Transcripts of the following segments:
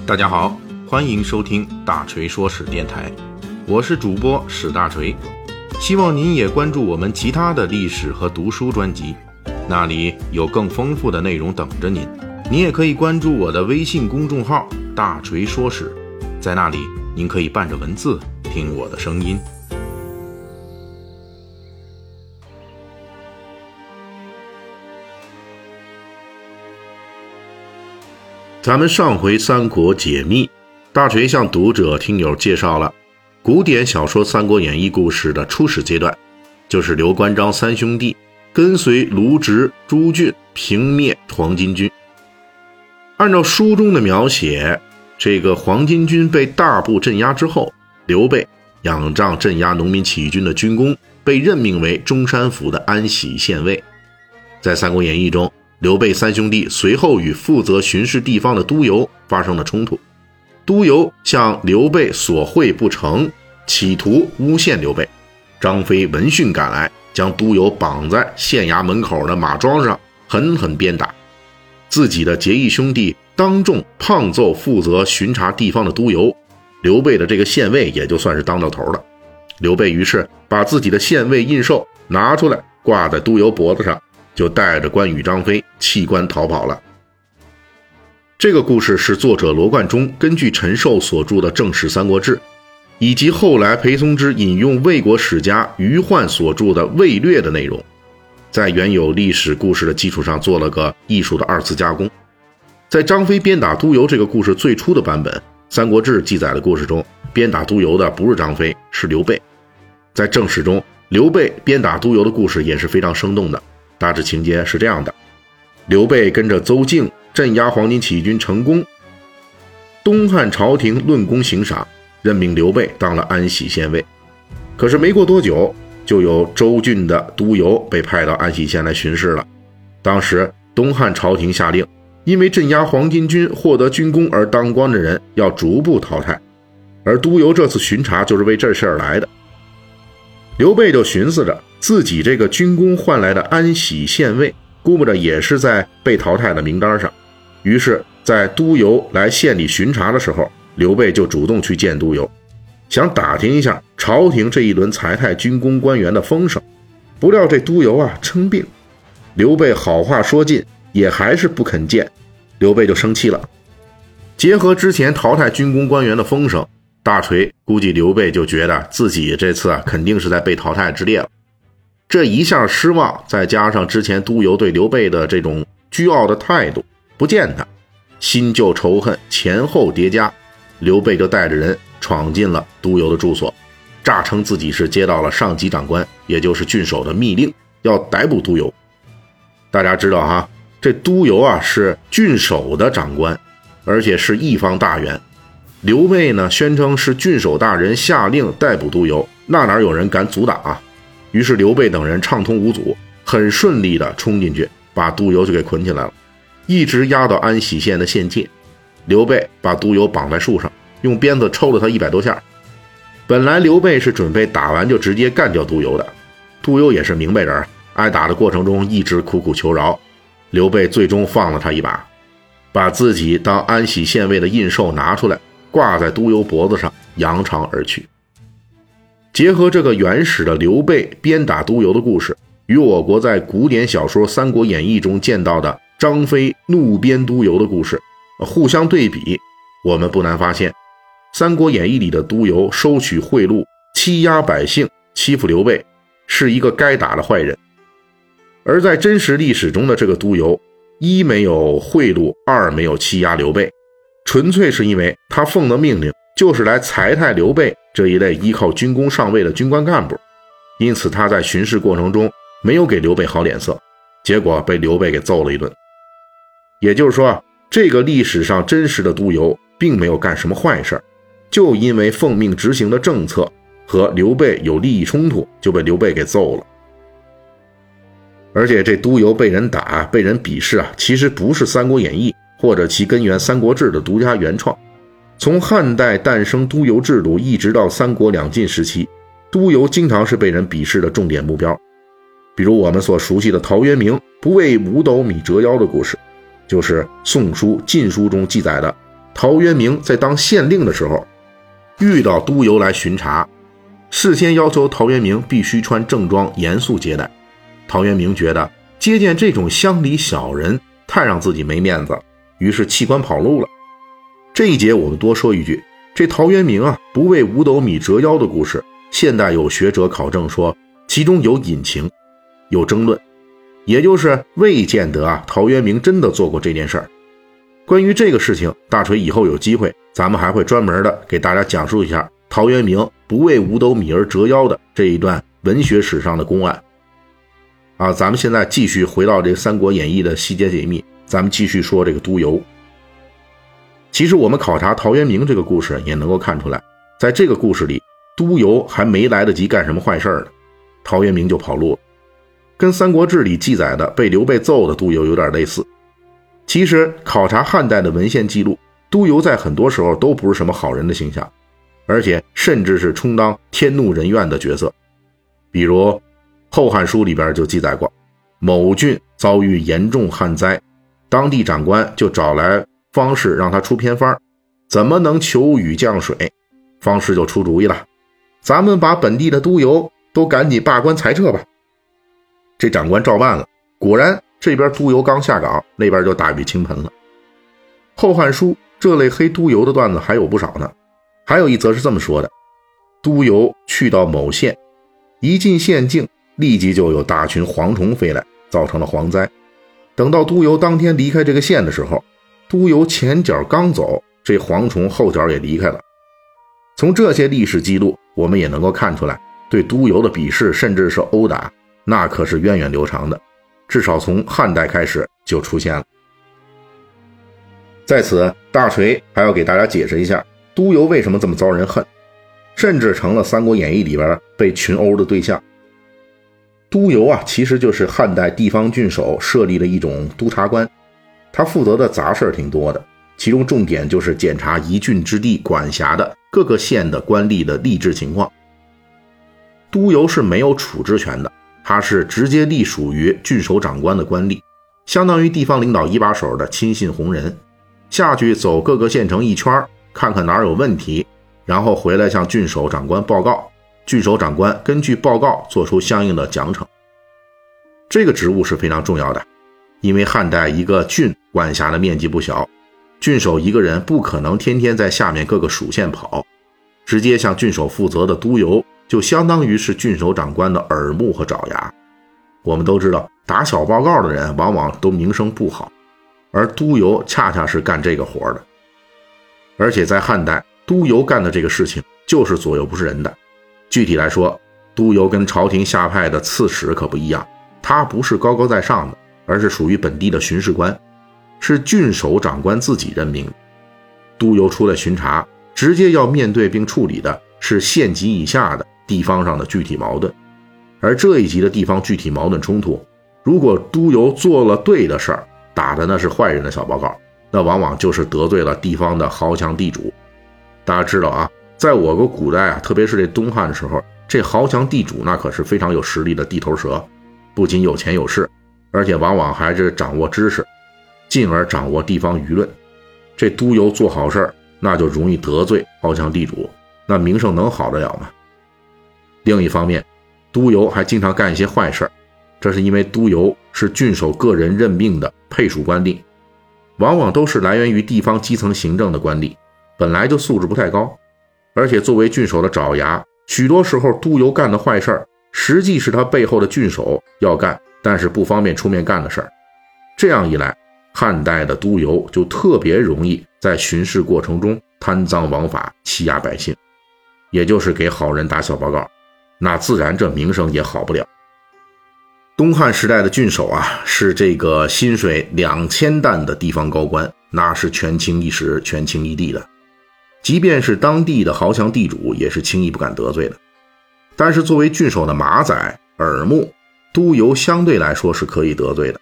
大家好，欢迎收听大锤说史电台，我是主播史大锤，希望您也关注我们其他的历史和读书专辑，那里有更丰富的内容等着您。您也可以关注我的微信公众号大锤说史，在那里您可以伴着文字听我的声音。咱们上回三国解密，大锤向读者听友介绍了古典小说《三国演义》故事的初始阶段，就是刘关张三兄弟跟随卢植、朱俊平灭黄巾军。按照书中的描写，这个黄巾军被大部镇压之后，刘备仰仗镇压农民起义军的军功，被任命为中山府的安喜县尉。在《三国演义》中，刘备三兄弟随后与负责巡视地方的督邮发生了冲突，督邮向刘备索贿不成，企图诬陷刘备。张飞闻讯赶来，将督邮绑在县衙门口的马桩上狠狠鞭打。自己的结义兄弟当众胖揍负责巡查地方的督邮，刘备的这个县尉也就算是当到头了。刘备于是把自己的县尉印绶拿出来挂在督邮脖子上，就带着关羽、张飞弃关逃跑了。这个故事是作者罗贯中根据陈寿所著的《正史三国志》，以及后来裴松之引用魏国史家于焕所著的《魏略》的内容，在原有历史故事的基础上做了个艺术的二次加工。在张飞鞭打督邮这个故事最初的版本，《三国志》记载的故事中，鞭打督邮的不是张飞，是刘备。在正史中，刘备鞭打督邮的故事也是非常生动的，大致情节是这样的：刘备跟着邹靖镇压黄巾起义军成功，东汉朝廷论功行赏，任命刘备当了安喜县尉。可是没过多久，就有周郡的督邮被派到安喜县来巡视了。当时东汉朝廷下令，因为镇压黄巾军获得军功而当官的人要逐步淘汰，而督邮这次巡查就是为这事儿来的。刘备就寻思着，自己这个军功换来的安喜县尉，估摸着也是在被淘汰的名单上。于是在督邮来县里巡查的时候，刘备就主动去见督邮，想打听一下朝廷这一轮裁汰军功官员的风声。不料这督邮称病，刘备好话说尽，也还是不肯见。刘备就生气了。结合之前淘汰军功官员的风声，大锤估计刘备就觉得自己这次肯定是在被淘汰之列了。这一下失望，再加上之前督邮对刘备的这种倨傲的态度，不见他，新旧仇恨前后叠加，刘备就带着人闯进了督邮的住所，诈称自己是接到了上级长官，也就是郡守的密令，要逮捕督邮。大家知道这督邮是郡守的长官，而且是一方大员。刘备呢宣称是郡守大人下令逮捕督邮，那哪有人敢阻挡于是刘备等人畅通无阻，很顺利地冲进去，把督邮就给捆起来了，一直押到安喜县的县界。刘备把督邮绑在树上，用鞭子抽了他100多下。本来刘备是准备打完就直接干掉督邮的，督邮也是明白人，挨打的过程中一直苦苦求饶，刘备最终放了他一把，把自己当安喜县尉的印绶拿出来，挂在督邮脖子上，扬长而去。结合这个原始的刘备鞭打督邮的故事，与我国在古典小说《三国演义》中见到的张飞怒鞭督邮的故事互相对比，我们不难发现，《三国演义》里的督邮收取贿赂，欺压百姓，欺负刘备，是一个该打的坏人。而在真实历史中的这个督邮，一没有贿赂，二没有欺压刘备，纯粹是因为他奉的命令就是来裁汰刘备这一类依靠军功上位的军官干部，因此他在巡视过程中没有给刘备好脸色，结果被刘备给揍了一顿。也就是说，这个历史上真实的督邮并没有干什么坏事，就因为奉命执行的政策和刘备有利益冲突，就被刘备给揍了。而且这督邮被人打，被人鄙视其实不是《三国演义》或者其根源《三国志》的独家原创。从汉代诞生督邮制度一直到三国两晋时期，督邮经常是被人鄙视的重点目标。比如我们所熟悉的陶渊明不为五斗米折腰的故事，就是《宋书·晋书》中记载的陶渊明在当县令的时候，遇到督邮来巡查，事先要求陶渊明必须穿正装，严肃接待。陶渊明觉得接见这种乡里小人太让自己没面子，于是弃官跑路了。这一节我们多说一句，这陶渊明啊，不为五斗米折腰的故事，现代有学者考证说其中有隐情，有争论，也就是未见得啊陶渊明真的做过这件事儿。关于这个事情，大锤以后有机会咱们还会专门的给大家讲述一下陶渊明不为五斗米而折腰的这一段文学史上的公案啊。咱们现在继续回到这个三国演义的细节解密，咱们继续说这个督邮。其实我们考察陶渊明这个故事也能够看出来，在这个故事里，督邮还没来得及干什么坏事呢，陶渊明就跑路了，跟三国志里记载的被刘备揍的督邮有点类似。其实考察汉代的文献记录，督邮在很多时候都不是什么好人的形象，而且甚至是充当天怒人怨的角色。比如《后汉书》里边就记载过，某郡遭遇严重旱灾，当地长官就找来方士让他出偏方，怎么能求雨降水？方士就出主意了，咱们把本地的督邮都赶紧罢官裁撤吧。这长官照办了，果然这边督邮刚下岗，那边就大雨倾盆了。后汉书这类黑督邮的段子还有不少呢。还有一则是这么说的，督邮去到某县，一进县境，立即就有大群蝗虫飞来，造成了蝗灾。等到督邮当天离开这个县的时候，督邮前脚刚走，这蝗虫后脚也离开了。从这些历史记录，我们也能够看出来，对督邮的鄙视甚至是殴打，那可是源远流长的，至少从汉代开始就出现了。在此，大锤还要给大家解释一下督邮为什么这么遭人恨，甚至成了《三国演义》里边被群殴的对象。督邮啊，其实就是汉代地方郡守设立的一种督察官，他负责的杂事挺多的，其中重点就是检查一郡之地管辖的各个县的官吏的吏治情况。督邮是没有处置权的，他是直接隶属于郡守长官的官吏，相当于地方领导一把手的亲信红人，下去走各个县城一圈，看看哪儿有问题，然后回来向郡守长官报告，郡守长官根据报告做出相应的奖惩。这个职务是非常重要的，因为汉代一个郡管辖的面积不小，郡守一个人不可能天天在下面各个属县跑，直接向郡守负责的督邮就相当于是郡守长官的耳目和爪牙。我们都知道，打小报告的人往往都名声不好，而督邮恰恰是干这个活的。而且在汉代，督邮干的这个事情就是左右不是人的。具体来说，督邮跟朝廷下派的刺史可不一样，他不是高高在上的，而是属于本地的巡视官，是郡守长官自己任命的。督邮出来巡查，直接要面对并处理的是县级以下的地方上的具体矛盾。而这一级的地方具体矛盾冲突，如果督邮做了对的事儿，打的那是坏人的小报告，那往往就是得罪了地方的豪强地主。大家知道啊，在我国古代啊，特别是这东汉的时候，这豪强地主那可是非常有实力的地头蛇，不仅有钱有势，而且往往还是掌握知识，进而掌握地方舆论。这督邮做好事儿，那就容易得罪豪强地主，那名声能好得了吗？另一方面，督邮还经常干一些坏事，这是因为督邮是郡守个人任命的配属官吏，往往都是来源于地方基层行政的官吏，本来就素质不太高，而且作为郡守的爪牙，许多时候督邮干的坏事实际是他背后的郡守要干，但是不方便出面干的事儿。这样一来，汉代的督邮就特别容易在巡视过程中贪赃枉法，欺压百姓，也就是给好人打小报告，那自然这名声也好不了。东汉时代的郡守啊，是这个薪水2000担的地方高官，那是权倾一时，权倾一地的，即便是当地的豪强地主也是轻易不敢得罪的。但是作为郡守的马仔、耳目，督邮相对来说是可以得罪的。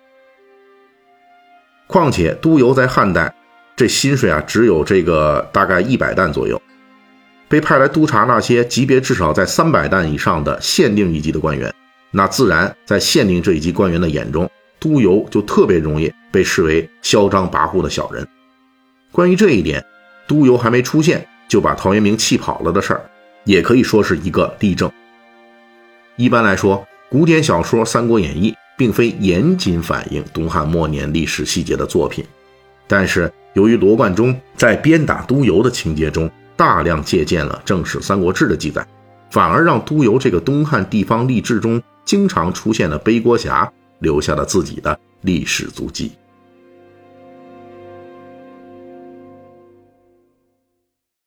况且督邮在汉代这薪水啊，只有这个大概100担左右，被派来督察那些级别至少在300担以上的县令一级的官员，那自然在县令这一级官员的眼中，督邮就特别容易被视为嚣张跋扈的小人。 关于这一点，督邮还没出现就把陶渊明气跑了的事儿，也可以说是一个例证。一般来说，古典小说《三国演义》并非严谨反映东汉末年历史细节的作品，但是由于罗贯中在鞭打督邮的情节中大量借鉴了正史《三国志》的记载，反而让督邮这个东汉地方吏治中经常出现的背锅侠留下了自己的历史足迹。